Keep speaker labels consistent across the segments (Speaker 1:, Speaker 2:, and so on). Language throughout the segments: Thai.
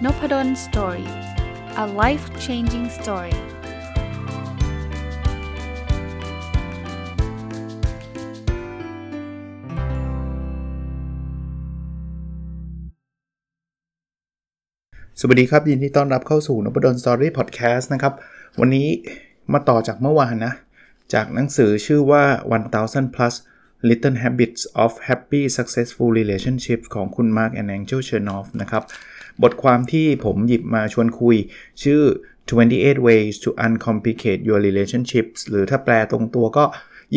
Speaker 1: Nopadon Story. A life-changing story.
Speaker 2: สวัสดีครับยินดีต้อนรับเข้าสู่ Nopadon Story Podcast นะครับวันนี้มาต่อจากเมื่อวานนะจากหนังสือชื่อว่า 1000 plus Little Habits of Happy Successful Relationships ของคุณ Mark and Angel Chernoff นะครับบทความที่ผมหยิบมาชวนคุยชื่อ 28 ways to uncomplicate your relationships หรือถ้าแปลตรงตัวก็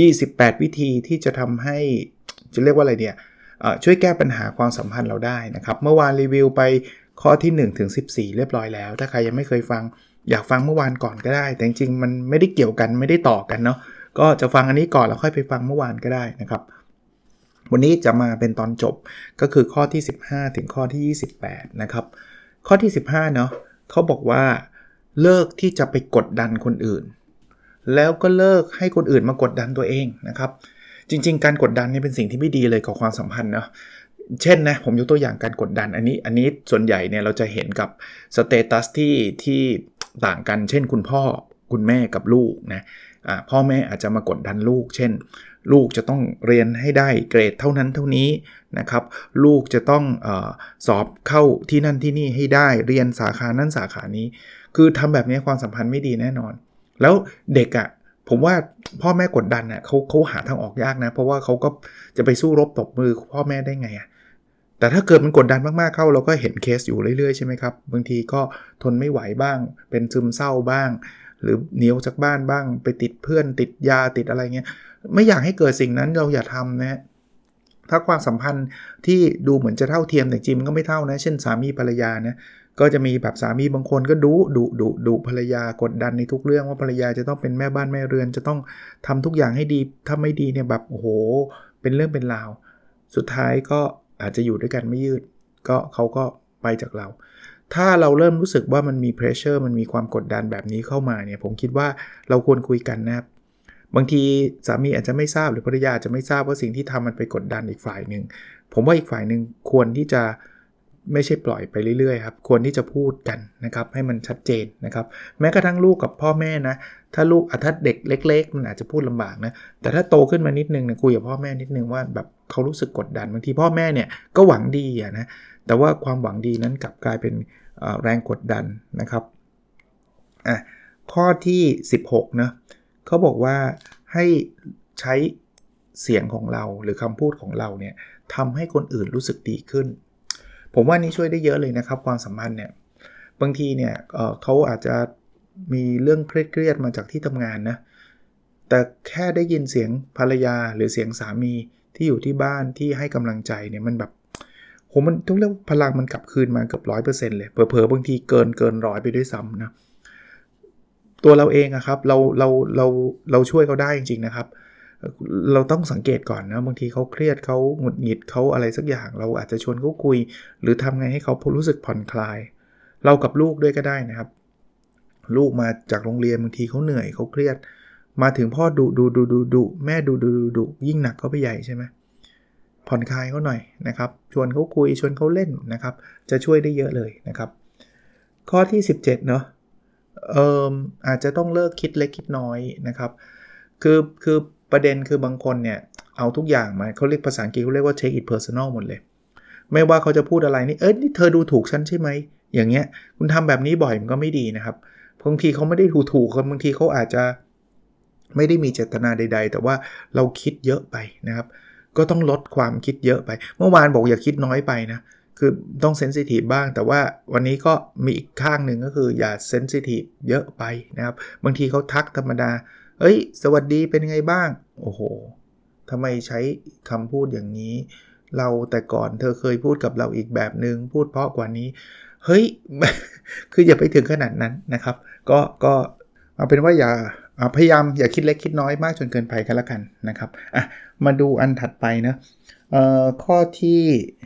Speaker 2: 28วิธีที่จะทำให้จะเรียกว่าอะไรเนี่ยช่วยแก้ปัญหาความสัมพันธ์เราได้นะครับเมื่อวานรีวิวไปข้อที่1ถึง14เรียบร้อยแล้วถ้าใครยังไม่เคยฟังอยากฟังเมื่อวานก่อนก็ได้แต่จริงๆมันไม่ได้เกี่ยวกันไม่ได้ต่อกันเนาะก็จะฟังอันนี้ก่อนแล้วค่อยไปฟังเมื่อวานก็ได้นะครับวันนี้จะมาเป็นตอนจบก็คือข้อที่15ถึงข้อที่28นะครับข้อที่15เนาะเขาบอกว่าเลิกที่จะไปกดดันคนอื่นแล้วก็เลิกให้คนอื่นมากดดันตัวเองนะครับจริงๆการกดดันนี่เป็นสิ่งที่ไม่ดีเลยกับความสัมพันธ์เนาะเช่นนะผมยกตัวอย่างการกดดันอันนี้ส่วนใหญ่เนี่ยเราจะเห็นกับสเตตัสที่ต่างกันเช่นคุณพ่อคุณแม่กับลูกนะพ่อแม่อาจจะมากดดันลูกเช่นลูกจะต้องเรียนให้ได้เกรดเท่านั้นเท่านี้นะครับลูกจะต้องสอบเข้าที่นั่นที่นี่ให้ได้เรียนสาขานั้นสาขานี้คือทำแบบนี้ความสัมพันธ์ไม่ดีแน่นอนแล้วเด็กผมว่าพ่อแม่กดดันเขาหาทางออกยากนะเพราะว่าเขาก็จะไปสู้รบตบมือพ่อแม่ได้ไงแต่ถ้าเกิดมันกดดันมากๆเข้าเราก็เห็นเคสอยู่เรื่อยๆใช่ไหมครับบางทีก็ทนไม่ไหวบ้างเป็นซึมเศร้าบ้างหรือหนีออกจากบ้านบ้างไปติดเพื่อนติดยาติดอะไรเงี้ยไม่อยากให้เกิดสิ่งนั้นเราอย่าทำนะถ้าความสัมพันธ์ที่ดูเหมือนจะเท่าเทียมแต่จริงมันก็ไม่เท่านะเช่นสามีภรรยานะก็จะมีแบบสามีบางคนก็ดุภรรยากดดันในทุกเรื่องว่าภรรยาจะต้องเป็นแม่บ้านแม่เรือนจะต้องทำทุกอย่างให้ดีถ้าไม่ดีเนี่ยแบบโอ้โหเป็นเรื่องเป็นราวสุดท้ายก็อาจจะอยู่ด้วยกันไม่ยืดก็เขาก็ไปจากเราถ้าเราเริ่มรู้สึกว่ามันมี pressure มันมีความกดดันแบบนี้เข้ามาเนี่ยผมคิดว่าเราควรคุยกันนะครับบางทีสามีอาจจะไม่ทราบหรือภรรยาอาจจะไม่ทราบว่าสิ่งที่ทำมันไปกดดันอีกฝ่ายนึงผมว่าอีกฝ่ายนึงควรที่จะไม่ใช่ปล่อยไปเรื่อยๆครับควรที่จะพูดกันนะครับให้มันชัดเจนนะครับแม้กระทั่งลูกกับพ่อแม่นะถ้าเด็กเล็กๆมันอาจจะพูดลำบากนะแต่ถ้าโตขึ้นมานิดนึงนะคุยกับพ่อแม่นิดนึงว่าแบบเขารู้สึกกดดันบางทีพ่อแม่เนี่ยก็หวังดีนะแต่ว่าความหวังดีนั้นกลับกลายเป็นแรงกดดันนะครับข้อที่16นะเขาบอกว่าให้ใช้เสียงของเราหรือคำพูดของเราเนี่ยทำให้คนอื่นรู้สึกดีขึ้นผมว่านี่ช่วยได้เยอะเลยนะครับความสัมพันธ์เนี่ยบางทีเนี่ยเขาอาจจะมีเรื่องเครียดมาจากที่ทำงานนะแต่แค่ได้ยินเสียงภรรยาหรือเสียงสามีที่อยู่ที่บ้านที่ให้กำลังใจเนี่ยมันแบบมันต้องเรียกพลังมันกลับคืนมาเกือบ 100% เลยเผลอๆบางทีเกิน100ไปด้วยซ้ำนะตัวเราเองครับเราช่วยเขาได้จริงๆนะครับเราต้องสังเกตก่อนนะบางทีเขาเครียดเขาหงุดหงิดเขาอะไรสักอย่างเราอาจจะชวนเขาคุยหรือทำไงให้เขารู้สึกผ่อนคลายเรากับลูกด้วยก็ได้นะครับลูกมาจากโรงเรียนบางทีเขาเหนื่อยเขาเครียดมาถึงพ่อดุแม่ดุยิ่งหนักเขาไปใหญ่ใช่ไหมผ่อนคลายเขาหน่อยนะครับชวนเขาคุยชวนเขาเล่นนะครับจะช่วยได้เยอะเลยนะครับข้อที่17เนาะอาจจะต้องเลิกคิดเล็กคิดน้อยนะครับคือประเด็นคือบางคนเนี่ยเอาทุกอย่างมาเขาเรียกภาษาอังกฤษเขาเรียกว่า take it personal หมดเลยไม่ว่าเขาจะพูดอะไรนี่นี่เธอดูถูกฉันใช่ไหมอย่างเงี้ยคุณทำแบบนี้บ่อยมันก็ไม่ดีนะครับบางทีเขาไม่ได้ถูกบางทีเขาอาจจะไม่ได้มีเจตนาใดๆแต่ว่าเราคิดเยอะไปนะครับก็ต้องลดความคิดเยอะไปเมื่อวานบอกอย่าคิดน้อยไปนะคือต้องเซนซิทีฟบ้างแต่ว่าวันนี้ก็มีอีกข้างหนึ่งก็คืออย่าเซนซิทีฟเยอะไปนะครับบางทีเขาทักธรรมดาสวัสดีเป็นไงบ้างโอ้โหทำไมใช้คำพูดอย่างนี้เราแต่ก่อนเธอเคยพูดกับเราอีกแบบนึงพูดเพราะกว่านี้คืออย่าไปถึงขนาดนั้นนะครับก็เอาเป็นว่าพยายามอย่าคิดเล็กคิดน้อยมากจนเกินไปกันละกันนะครับมาดูอันถัดไปนะข้อที่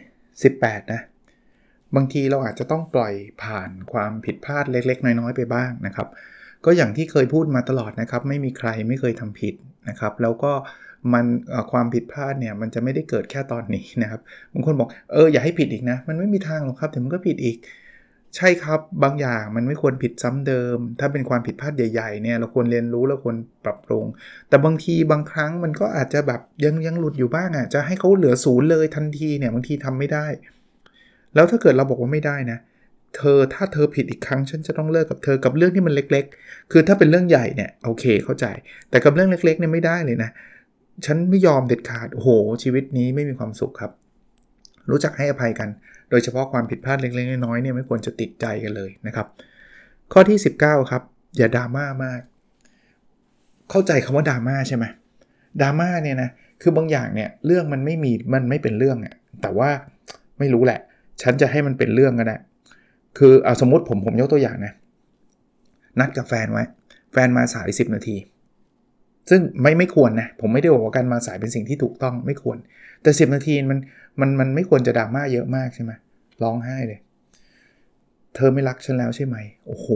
Speaker 2: 18นะบางทีเราอาจจะต้องปล่อยผ่านความผิดพลาดเล็กๆน้อยๆไปบ้างนะครับก็อย่างที่เคยพูดมาตลอดนะครับไม่มีใครไม่เคยทำผิดนะครับแล้วก็มันความผิดพลาดเนี่ยมันจะไม่ได้เกิดแค่ตอนนี้นะครับบางคนบอกอย่าให้ผิดอีกนะมันไม่มีทางหรอกครับแต่มันก็ผิดอีกใช่ครับบางอย่างมันไม่ควรผิดซ้ำเดิมถ้าเป็นความผิดพลาดใหญ่ๆเนี่ยเราควรเรียนรู้เราควรปรับปรุงแต่บางทีบางครั้งมันก็อาจจะแบบยังหลุดอยู่บ้างอ่ะจะให้เขาเหลือศูนย์เลยทันทีเนี่ยบางทีทำไม่ได้แล้วถ้าเกิดเราบอกว่าไม่ได้นะถ้าเธอผิดอีกครั้งฉันจะต้องเลิกกับเธอกับเรื่องที่มันเล็กๆคือถ้าเป็นเรื่องใหญ่เนี่ยโอเคเข้าใจแต่กับเรื่องเล็กๆเนี่ยไม่ได้เลยนะฉันไม่ยอมเด็ดขาดโอ้โหชีวิตนี้ไม่มีความสุขครับรู้จักให้อภัยกันโดยเฉพาะความผิดพลาดเล็กๆน้อยๆเนี่ยไม่ควรจะติดใจกันเลยนะครับข้อที่19ครับอย่าดราม่ามากเข้าใจคำว่าดราม่าใช่ไหมดราม่าเนี่ยนะคือบางอย่างเนี่ยเรื่องมันไม่เป็นเรื่องอ่ะแต่ว่าไม่รู้แหละฉันจะให้มันเป็นเรื่องก็ได้คือเอาสมมติผมยกตัวอย่างนะนัดกับแฟนไว้แฟนมาสาย10นาทีซึ่งไม่ควรนะผมไม่ได้บอกว่าการมาสายเป็นสิ่งที่ถูกต้องไม่ควรแต่10นาทีมันไม่ควรจะดราม่าเยอะมากใช่ไหมร้องไห้เลยเธอไม่รักฉันแล้วใช่ไหมโอ้โห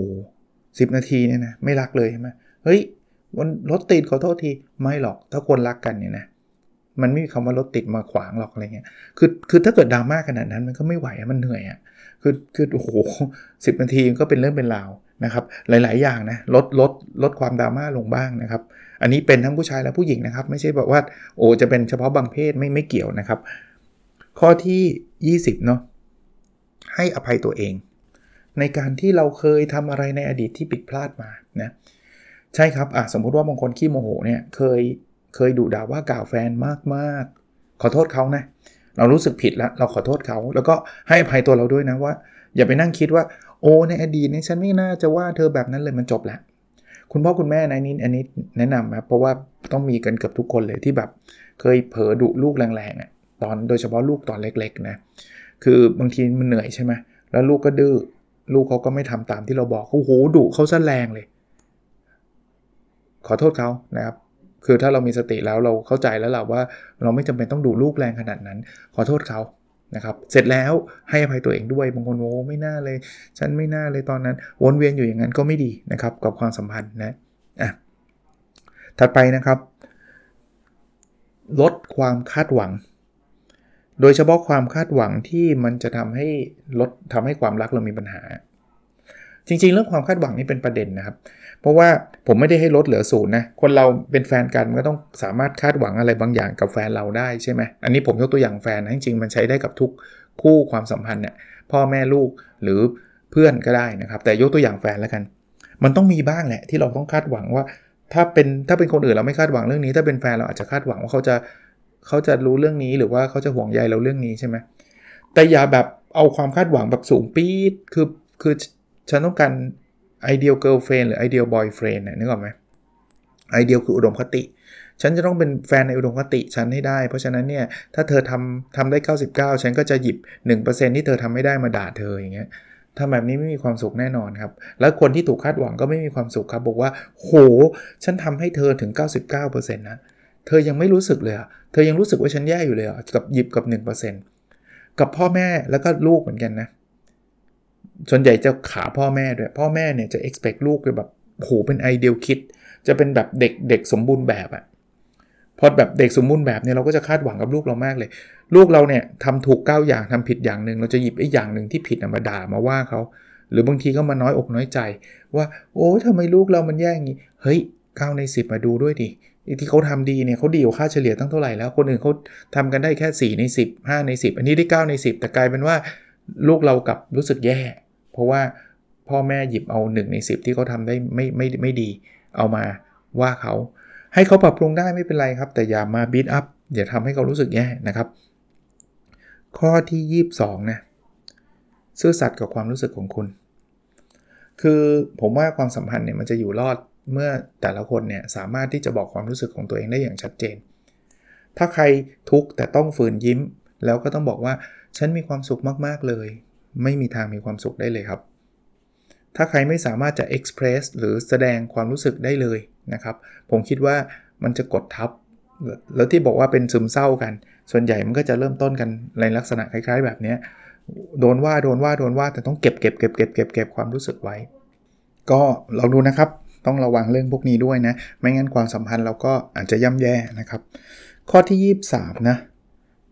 Speaker 2: 10นาทีเนี่ยนะไม่รักเลยใช่ไหมเฮ้ยวันรถติดขอโทษทีไม่หรอกถ้าคนรักกันเนี่ยนะมันไม่มีคำว่ารถติดมาขวางหรอกอะไรเงี้ยคือถ้าเกิดดราม่าขนาดนั้นมันก็ไม่ไหวมันเหนื่อยอ่ะคือโอ้โห10นาทีก็เป็นเรื่องเป็นราวนะครับหลายๆอย่างนะลดความดราม่าลงบ้างนะครับอันนี้เป็นทั้งผู้ชายและผู้หญิงนะครับไม่ใช่บอกว่าโอ้จะเป็นเฉพาะบางเพศไม่เกี่ยวนะครับข้อที่20เนาะให้อภัยตัวเองในการที่เราเคยทำอะไรในอดีตที่ผิดพลาดมานะใช่ครับสมมุติว่าบางคนขี้โมโหเนี่ยเคยดุด่าว่ากล่าวแฟนมากๆขอโทษเขานะเรารู้สึกผิดแล้วเราขอโทษเขาแล้วก็ให้อภัยตัวเราด้วยนะว่าอย่าไปนั่งคิดว่าโอ้ในอดีตนี่ฉันไม่น่าจะว่าเธอแบบนั้นเลยมันจบแล้วคุณพ่อคุณแม่นะอันนี้แนะนำครับเพราะว่าต้องมีกันเกือบทุกคนเลยที่แบบเคยเผลอดุลูกแรงๆตอนโดยเฉพาะลูกตอนเล็กๆนะคือบางทีมันเหนื่อยใช่ไหมแล้วลูกก็ดื้อลูกเขาก็ไม่ทำตามที่เราบอกโอ้โหดุเขาซะแรงเลยขอโทษเขานะครับคือถ้าเรามีสติแล้วเราเข้าใจแล้วว่าเราไม่จำเป็นต้องดุลูกแรงขนาดนั้นขอโทษเขานะครับเสร็จแล้วให้อภัยตัวเองด้วยบางคนโอ้ไม่น่าเลยฉันไม่น่าเลยตอนนั้นวนเวียนอยู่อย่างนั้นก็ไม่ดีนะครับกับความสัมพันธ์นะถัดไปนะครับลดความคาดหวังโดยเฉพาะความคาดหวังที่มันจะทำให้ความรักเรามีปัญหาจริงๆเรื่องความคาดหวังนี่เป็นประเด็นนะครับเพราะว่าผมไม่ได้ให้ลดเหลือ0นะคนเราเป็นแฟนกันก็ต้องสามารถคาดหวังอะไรบางอย่างกับแฟนเราได้ใช่ไหมอันนี้ผมยกตัวอย่างแฟนนะจริงๆมันใช้ได้กับทุกคู่ความสัมพันธ์เนี่ยพ่อแม่ลูกหรือเพื่อนก็ได้นะครับแต่ยกตัวอย่างแฟนแล้วกันมันต้องมีบ้างแหละที่เราต้องคาดหวังว่าถ้าเป็นคนอื่นเราไม่คาดหวังเรื่องนี้ถ้าเป็นแฟนเราอาจจะคาดหวังว่าเขาจะรู้เรื่องนี้หรือว่าเขาจะห่วงใยเราเรื่องนี้ใช่ไหมแต่อย่าแบบเอาความคาดหวังแบบสูงปี๊ดคือฉันต้องการ ideal girlfriend หรือ ideal boyfriend นึกออกไหม ideal คืออุดมคติฉันจะต้องเป็นแฟนในอุดมคติฉันให้ได้เพราะฉะนั้นเนี่ยถ้าเธอทำได้99ฉันก็จะหยิบ 1% ที่เธอทำไม่ได้มาด่าเธออย่างเงี้ยทำแบบนี้ไม่มีความสุขแน่นอนครับแล้วคนที่ถูกคาดหวังก็ไม่มีความสุขครับบอกว่าโหฉันทำให้เธอถึง 99% นะเธอยังไม่รู้สึกเลยเธอยังรู้สึกว่าฉันแย่อยู่เลยกับหยิบกับ 1% กับพ่อแม่แล้วก็ลูกเหมือนกันนะส่วนใหญ่จะขาพ่อแม่ด้วยพ่อแม่เนี่ยจะ expect ลูกแบบโหเป็น ideal kid จะเป็นแบบเด็กสมบูรณ์แบบพอแบบเด็กสมบูรณ์แบบเนี่ยเราก็จะคาดหวังกับลูกเรามากเลยลูกเราเนี่ยทำถูก9อย่างทำผิดอย่างนึงเราจะหยิบไอ้อย่างนึงที่ผิดมาด่ามาว่าเขาหรือบางทีก็มาน้อยอกน้อยใจว่าโอ้ทำไมลูกเรามันแย่อย่างนี้เฮ้ย9ใน10มาดูด้วยดิที่เขาทำดีเนี่ยเขาดีกว่าค่าเฉลี่ยตั้งเท่าไหร่แล้วคนอื่นเขาทำกันได้แค่4ใน10 5ใน10อันนี้ได้9ใน10แต่กลายเป็นว่าลูกเรากลับรู้สึกแย่เพราะว่าพ่อแม่หยิบเอา1ใน10ที่เขาทำได้ไม่ดีเอามาว่าเขาให้เขาปรับปรุงได้ไม่เป็นไรครับแต่อย่ามาบีทอัพอย่าทำให้เขารู้สึกแย่นะครับข้อที่22นะซื่อสัตย์กับความรู้สึกของคุณคือผมว่าความสัมพันธ์เนี่ยมันจะอยู่รอดเมื่อแต่ละคนเนี่ยสามารถที่จะบอกความรู้สึกของตัวเองได้อย่างชัดเจนถ้าใครทุกข์แต่ต้องฝืนยิ้มแล้วก็ต้องบอกว่าฉันมีความสุขมากๆเลยไม่มีทางมีความสุขได้เลยครับถ้าใครไม่สามารถจะ express หรือแสดงความรู้สึกได้เลยนะครับผมคิดว่ามันจะกดทับแล้วที่บอกว่าเป็นซึมเศร้ากันส่วนใหญ่มันก็จะเริ่มต้นกันในลักษณะคล้ายๆแบบนี้โดนว่าแต่ต้องเก็บความรู้สึกไว้ก็เราดูนะครับต้องระวังเรื่องพวกนี้ด้วยนะไม่งั้นความสัมพันธ์เราก็อาจจะย่ำแย่นะครับข้อที่23นะ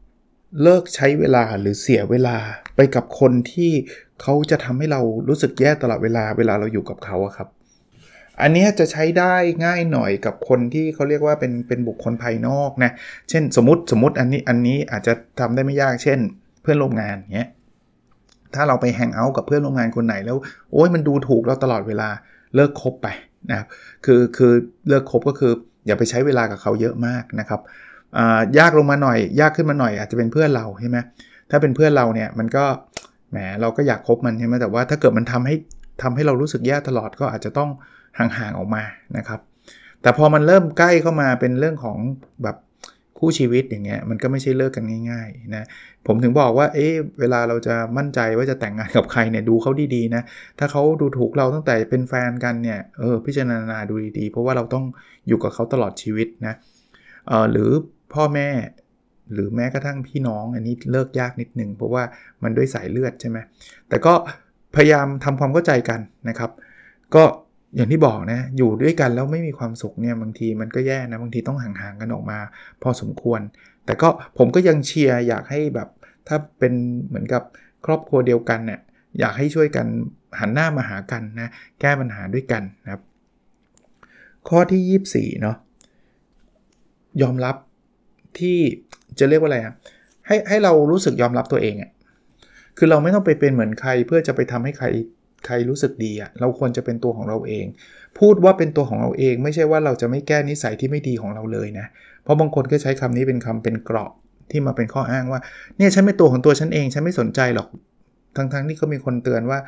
Speaker 2: เลิกใช้เวลาหรือเสียเวลาไปกับคนที่เขาจะทำให้เรารู้สึกแย่ตลอดเวลาเราอยู่กับเขาอะครับอันนี้จะใช้ได้ง่ายหน่อยกับคนที่เขาเรียกว่าเป็นบุคคลภายนอกนะเช่นสมมติอันนี้อาจจะทำได้ไม่ยากเช่นเพื่อนร่วมงานเงี้ยถ้าเราไปแฮงเอาท์กับเพื่อนร่วมงานคนไหนแล้วโอ๊ยมันดูถูกเราตลอดเวลาเลิกคบไปนะครับคือเลิกคบก็คืออย่าไปใช้เวลากับเขาเยอะมากนะครับยากขึ้นมาหน่อยอาจจะเป็นเพื่อนเราใช่ไหมถ้าเป็นเพื่อนเราเนี่ยมันก็แหมเราก็อยากคบมันใช่ไหมแต่ว่าถ้าเกิดมันทำให้เรารู้สึกแย่ตลอดก็อาจจะต้องห่างๆออกมานะครับแต่พอมันเริ่มใกล้เข้ามาเป็นเรื่องของแบบคู่ชีวิตอย่างเงี้ยมันก็ไม่ใช่เลิกกันง่ายๆนะผมถึงบอกว่าเวลาเราจะมั่นใจว่าจะแต่งงานกับใครเนี่ยดูเขาดีๆนะถ้าเขาดูถูกเราตั้งแต่เป็นแฟนกันเนี่ยพิจารณาดูดีๆเพราะว่าเราต้องอยู่กับเขาตลอดชีวิตนะหรือพ่อแม่หรือแม้กระทั่งพี่น้องอันนี้เลิกยากนิดนึงเพราะว่ามันด้วยสายเลือดใช่ไหมแต่ก็พยายามทำความเข้าใจกันนะครับก็อย่างที่บอกนะอยู่ด้วยกันแล้วไม่มีความสุขเนี่ยบางทีมันก็แย่นะบางทีต้องห่างๆกันออกมาพอสมควรแต่ก็ผมก็ยังเชียร์อยากให้แบบถ้าเป็นเหมือนกับครอบครัวเดียวกันเนี่ยอยากให้ช่วยกันหันหน้ามาหากันนะแก้ปัญหาด้วยกันนะครับข้อที่24เนาะยอมรับที่จะเรียกว่าอะไรอ่ะให้เรารู้สึกยอมรับตัวเองอ่ะคือเราไม่ต้องไปเป็นเหมือนใครเพื่อจะไปทำให้ใครรู้สึกดีอ่ะเราควรจะเป็นตัวของเราเองพูดว่าเป็นตัวของเราเองไม่ใช่ว่าเราจะไม่แก้นิสัยที่ไม่ดีของเราเลยนะเพราะบางคนก็ใช้คำนี้เป็นเกราะที่มาเป็นข้ออ้างว่าเนี่ยฉันเป็นตัวของตัวฉันเองฉันไม่สนใจหรอกทั้งที่ก็มีคนเตือนว่า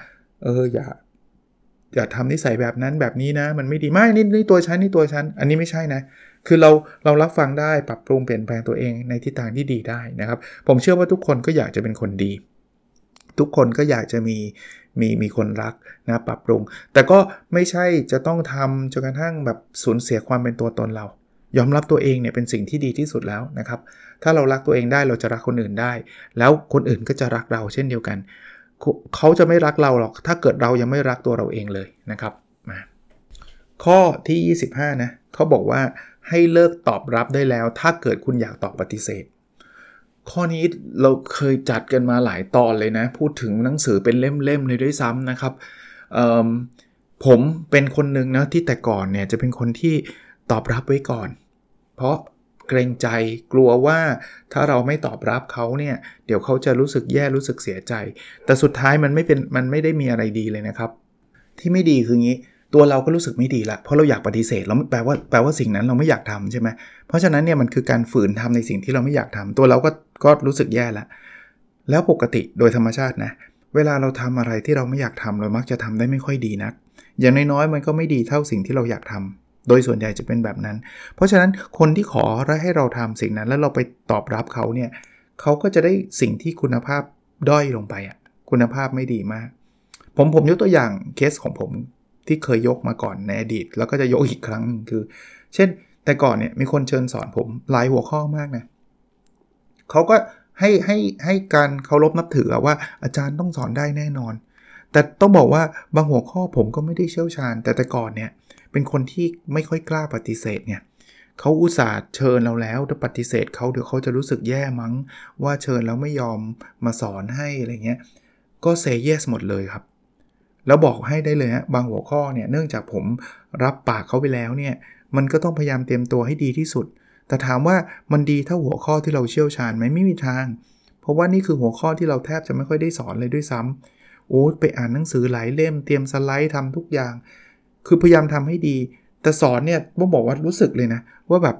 Speaker 2: อย่าทำนิสัยแบบนั้นแบบนี้นะมันไม่ดีไม่นี่ตัวฉันอันนี้ไม่ใช่นะคือเรารับฟังได้ปรับปรุงเปลี่ยนแปลงตัวเองในทิศทางที่ดีได้นะครับผมเชื่อว่าทุกคนก็อยากจะเป็นคนดีทุกคนก็อยากจะมีคนรักนะปรับปรุงแต่ก็ไม่ใช่จะต้องทำจนกระทั่งแบบสูญเสียความเป็นตัวตนเรายอมรับตัวเองเนี่ยเป็นสิ่งที่ดีที่สุดแล้วนะครับถ้าเรารักตัวเองได้เราจะรักคนอื่นได้แล้วคนอื่นก็จะรักเราเช่นเดียวกันเขาจะไม่รักเราหรอกถ้าเกิดเรายังไม่รักตัวเราเองเลยนะครับมาข้อที่25นะเขาบอกว่าให้เลิกตอบรับได้แล้วถ้าเกิดคุณอยากตอบปฏิเสธข้อนี้เราเคยจัดกันมาหลายตอนเลยนะพูดถึงหนังสือเป็นเล่มๆเลยด้วยซ้ำนะครับผมเป็นคนหนึ่งนะที่แต่ก่อนเนี่ยจะเป็นคนที่ตอบรับไว้ก่อนเพราะเกรงใจกลัวว่าถ้าเราไม่ตอบรับเขาเนี่ยเดี๋ยวเขาจะรู้สึกแย่รู้สึกเสียใจแต่สุดท้ายมันไม่ได้มีอะไรดีเลยนะครับที่ไม่ดีคืองี้ตัวเราก็รู้สึกไม่ดีละเพราะเราอยากปฏิเสธแล้วแปลว่าสิ่งนั้นเราไม่อยากทำใช่ไหมเพราะฉะนั้นเนี่ยมันคือการฝืนทำในสิ่งที่เราไม่อยากทำตัวเราก็รู้สึกแย่แล้วปกติโดยธรรมชาตินะเวลาเราทำอะไรที่เราไม่อยากทำเรามักจะทำได้ไม่ค่อยดีนักอย่างน้อยๆมันก็ไม่ดีเท่าสิ่งที่เราอยากทำโดยส่วนใหญ่จะเป็นแบบนั้นเพราะฉะนั้นคนที่ขอให้เราทำสิ่งนั้นแล้วเราไปตอบรับเขาเนี่ยเขาก็จะได้สิ่งที่คุณภาพด้อยลงไปอ่ะคุณภาพไม่ดีมากผมยกตัวอย่างเคสของผมที่เคยยกมาก่อนในอดีตแล้วก็จะยกอีกครั้งนึงคือเช่นแต่ก่อนเนี่ยมีคนเชิญสอนผมหลายหัวข้อมากนะเขาก็ให้การเคารพนับถือว่าอาจารย์ต้องสอนได้แน่นอนแต่ต้องบอกว่าบางหัวข้อผมก็ไม่ได้เชี่ยวชาญแต่ก่อนเนี่ยเป็นคนที่ไม่ค่อยกล้าปฏิเสธเนี่ยเขาอุตส่าห์เชิญเราแล้วถ้าปฏิเสธเขาเดี๋ยวเขาจะรู้สึกแย่มั้งว่าเชิญแล้วไม่ยอมมาสอนให้อะไรเงี้ยก็เซย์เยสหมดเลยครับแล้วบอกให้ได้เลยฮะบางหัวข้อเนี่ยเนื่องจากผมรับปากเขาไปแล้วเนี่ยมันก็ต้องพยายามเตรียมตัวให้ดีที่สุดแต่ถามว่ามันดีเท่าหัวข้อที่เราเชี่ยวชาญไหมไม่มีทางเพราะว่านี่คือหัวข้อที่เราแทบจะไม่ค่อยได้สอนเลยด้วยซ้ำโอ้ไปอ่านหนังสือหลายเล่มเตรียมสไลด์ทำทุกอย่างคือพยายามทำให้ดีแต่สอนเนี่ยต้องบอกว่ารู้สึกเลยนะว่าแบบ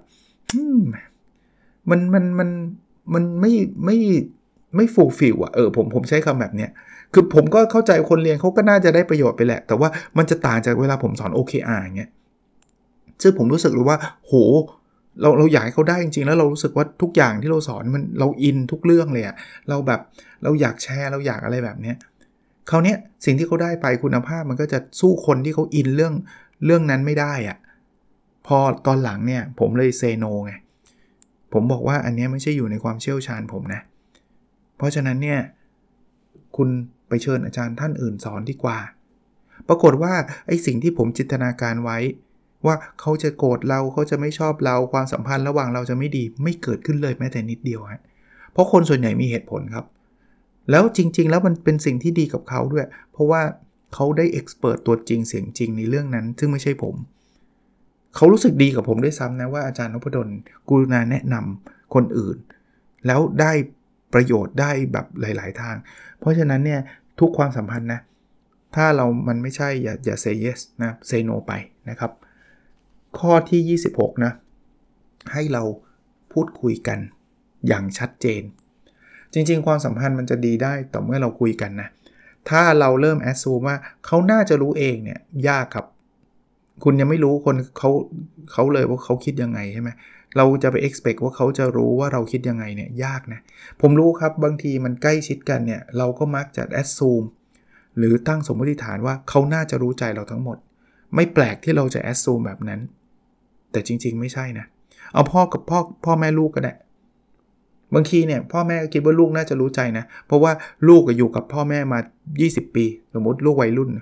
Speaker 2: มันไม่ฟูลฟิลอ่ะผมใช้คำแบบเนี้ยคือผมก็เข้าใจคนเรียนเขาก็น่าจะได้ประโยชน์ไปแหละแต่ว่ามันจะต่างจากเวลาผมสอน OKR อย่างเงี้ยซึ่งผมรู้สึกเลยว่าโหเราอยากให้เขาได้จริงๆแล้วเรารู้สึกว่าทุกอย่างที่เราสอนมันเราอินทุกเรื่องเลยอะเราแบบเราอยากแชร์เราอยากอะไรแบบเนี้ยคราวเนี้ยสิ่งที่เขาได้ไปคุณภาพมันก็จะสู้คนที่เขาอินเรื่องนั้นไม่ได้อะพอตอนหลังเนี่ยผมเลยเซโนไงผมบอกว่าอันนี้ไม่ใช่อยู่ในความเชี่ยวชาญผมนะเพราะฉะนั้นเนี่ยคุณไปเชิญอาจารย์ท่านอื่นสอนดีกว่าปรากฏว่าไอ้สิ่งที่ผมจินตนาการไว้ว่าเขาจะโกรธเราเขาจะไม่ชอบเราความสัมพันธ์ระหว่างเราจะไม่ดีไม่เกิดขึ้นเลยแม้แต่นิดเดียวฮะเพราะคนส่วนใหญ่มีเหตุผลครับแล้วจริงๆแล้วมันเป็นสิ่งที่ดีกับเขาด้วยเพราะว่าเขาได้เอ็กซ์เพิร์ทตัวจริงเสียงจริงในเรื่องนั้นซึ่งไม่ใช่ผมเขารู้สึกดีกับผมด้วยซ้ำนะว่าอาจารย์นพดลกรุณาแนะนำคนอื่นแล้วได้ประโยชน์ได้แบบหลายๆทางเพราะฉะนั้นเนี่ยทุกความสัมพันธ์นะถ้ามันไม่ใช่อย่า say yes นะ say no ไปนะครับข้อที่26นะให้เราพูดคุยกันอย่างชัดเจนจริงๆความสัมพันธ์มันจะดีได้ต่อเมื่อเราคุยกันนะถ้าเราเริ่ม assume ว่าเขาน่าจะรู้เองเนี่ยยากครับคุณยังไม่รู้คนเขาเลยว่าเขาคิดยังไงใช่ไหมเราจะไป expect ว่าเขาจะรู้ว่าเราคิดยังไงเนี่ยยากนะผมรู้ครับบางทีมันใกล้ชิดกันเนี่ยเราก็มักจะ assume หรือตั้งสมมติฐานว่าเขาน่าจะรู้ใจเราทั้งหมดไม่แปลกที่เราจะ assume แบบนั้นแต่จริงๆไม่ใช่นะเอาพ่อแม่ลูกก็ได้บางทีเนี่ยพ่อแม่คิดว่าลูกน่าจะรู้ใจนะเพราะว่าลูกอยู่กับพ่อแม่มา20ปีสมมติลูกวัยรุ่น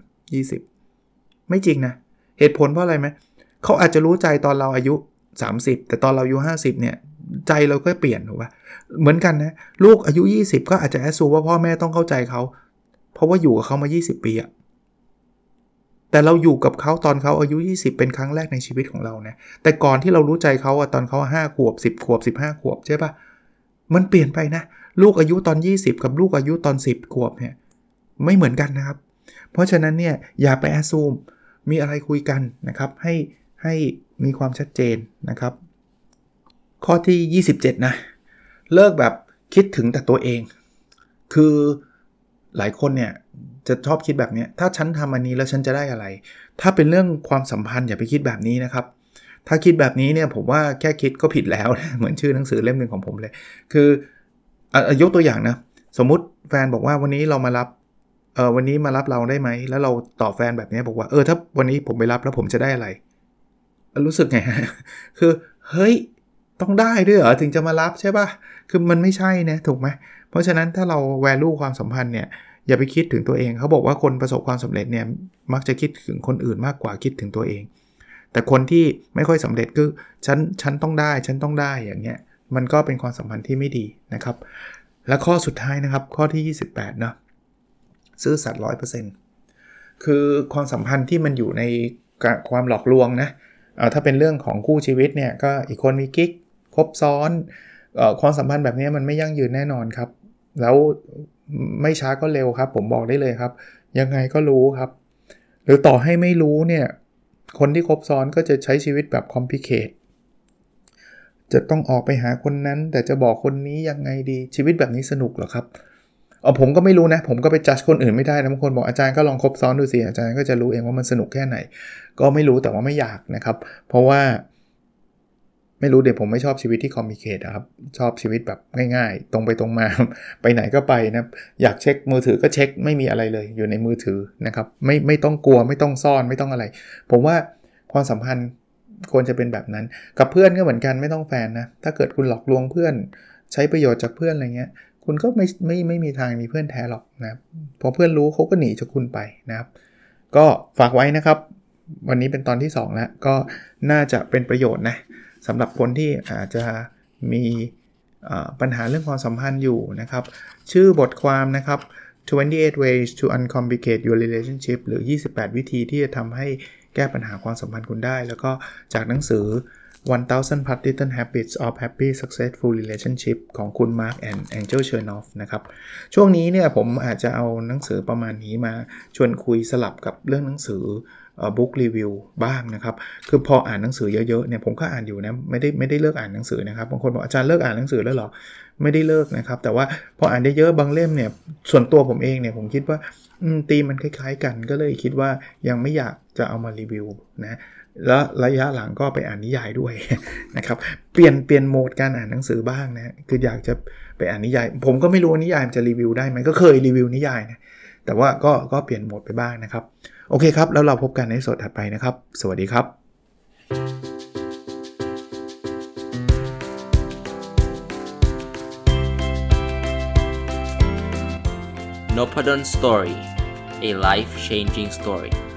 Speaker 2: 20ไม่จริงนะเหตุผลเพราะอะไรไหมเขาอาจจะรู้ใจตอนเราอายุ30แต่ตอนเราอายุ50เนี่ยใจเราก็เปลี่ยนถูกป่ะเหมือนกันนะลูกอายุ20ก็อาจจะแอสซูมว่าพ่อแม่ต้องเข้าใจเขาเพราะว่าอยู่กับเขามา20ปีอะแต่เราอยู่กับเขาตอนเขาอายุ20เป็นครั้งแรกในชีวิตของเรานะแต่ก่อนที่เรารู้ใจเขาตอนเขา5ขวบ10ขวบ15ขวบใช่ป่ะมันเปลี่ยนไปนะลูกอายุตอน20กับลูกอายุตอน10ขวบเนี่ยไม่เหมือนกันนะครับเพราะฉะนั้นเนี่ยอย่าไปแอสซูมมีอะไรคุยกันนะครับให้มีความชัดเจนนะครับข้อที่27นะเลิกแบบคิดถึงแต่ตัวเองคือหลายคนเนี่ยจะชอบคิดแบบนี้ถ้าฉันทำอันนี้แล้วฉันจะได้อะไรถ้าเป็นเรื่องความสัมพันธ์อย่าไปคิดแบบนี้นะครับถ้าคิดแบบนี้เนี่ยผมว่าแค่คิดก็ผิดแล้วเหมือนชื่อหนังสือเล่มนึงของผมเลยคือยกตัวอย่างนะสมมุติแฟนบอกว่าวันนี้เรามารับวันนี้มารับเราได้ไหมแล้วเราตอบแฟนแบบนี้บอกว่าถ้าวันนี้ผมไปรับแล้วผมจะได้อะไรรู้สึกไงคือเฮ้ยต้องได้ด้วยเหรอถึงจะมารับใช่ป่ะคือมันไม่ใช่นะถูกไหมเพราะฉะนั้นถ้าเรา value ความสัมพันธ์เนี่ยอย่าไปคิดถึงตัวเองเขาบอกว่าคนประสบความสำเร็จเนี่ยมักจะคิดถึงคนอื่นมากกว่าคิดถึงตัวเองแต่คนที่ไม่ค่อยสำเร็จคือฉันต้องได้ฉันต้องได้อย่างเงี้ยมันก็เป็นความสัมพันธ์ที่ไม่ดีนะครับและข้อสุดท้ายนะครับข้อที่28นะซื่อสัตย์ 100% คือความสัมพันธ์ที่มันอยู่ในความหลอกลวงนะถ้าเป็นเรื่องของคู่ชีวิตเนี่ยก็อีกคนมีกิ๊กคบซ้อนความสัมพันธ์แบบนี้มันไม่ยั่งยืนแน่นอนครับแล้วไม่ช้าก็เร็วครับผมบอกได้เลยครับยังไงก็รู้ครับหรือต่อให้ไม่รู้เนี่ยคนที่คบซ้อนก็จะใช้ชีวิตแบบคอมพลิเคทจะต้องออกไปหาคนนั้นแต่จะบอกคนนี้ยังไงดีชีวิตแบบนี้สนุกเหรอครับผมก็ไม่รู้นะผมก็ไปจัดคนอื่นไม่ได้นะบางคนบอกอาจารย์ก็ลองคบซ้อนดูสิอาจารย์ก็จะรู้เองว่ามันสนุกแค่ไหนก็ไม่รู้แต่ว่าไม่อยากนะครับเพราะว่าไม่รู้เดี๋ยวผมไม่ชอบชีวิตที่คอมพลิเคทครับชอบชีวิตแบบง่ายๆตรงไปตรงมาไปไหนก็ไปนะอยากเช็คมือถือก็เช็คไม่มีอะไรเลยอยู่ในมือถือนะครับไม่ต้องกลัวไม่ต้องซ่อนไม่ต้องอะไรผมว่าความสัมพันธ์ควรจะเป็นแบบนั้นกับเพื่อนก็เหมือนกันไม่ต้องแฟนนะถ้าเกิดคุณหลอกลวงเพื่อนใช้ประโยชน์จากเพื่อนอะไรเงี้ยคุณก็ไม่มีทางมีเพื่อนแท้หรอกนะพอเพื่อนรู้เขาก็หนีจากคุณไปนะครับก็ฝากไว้นะครับวันนี้เป็นตอนที่2แล้วก็น่าจะเป็นประโยชน์นะสำหรับคนที่อาจจะมีปัญหาเรื่องความสัมพันธ์อยู่นะครับชื่อบทความนะครับ28 ways to uncomplicate your relationship หรือ28วิธีที่จะทำให้แก้ปัญหาความสัมพันธ์คุณได้แล้วก็จากหนังสือ1000 plus little habits of happy successful relationship ของคุณ Mark and Angel Chernoff นะครับช่วงนี้เนี่ยผมอาจจะเอาหนังสือประมาณนี้มาชวนคุยสลับกับเรื่องหนังสือbook review บ้างนะครับคือพออ่านหนังสือเยอะๆเนี่ยผมก็อ่านอยู่นะไม่ได้เลิกอ่านหนังสือนะครับบางคนบอกอาจารย์เลิกอ่านหนังสือแล้วเหรอไม่ได้เลิกนะครับแต่ว่าพออ่านได้เยอะบางเล่มเนี่ยส่วนตัวผมเองเนี่ยผมคิดว่าธีมมันคล้ายๆกันก็เลยคิดว่ายังไม่อยากจะเอามารีวิวนะแล้วระยะหลังก็ไปอ่านนิยายด้วยนะครับเปลี่ยนโหมดการอ่านหนังสือบ้างนะคืออยากจะไปอ่านนิยายผมก็ไม่รู้นิยายมันจะรีวิวได้ไหมก็เคยรีวิวนิยายนะแต่ว่าก็เปลี่ยนโหมดไปบ้างนะครับโอเคครับแล้วเราพบกันในสดถัดไปนะครับสวัสดีครับ
Speaker 3: Noppadan Story, a life-changing story.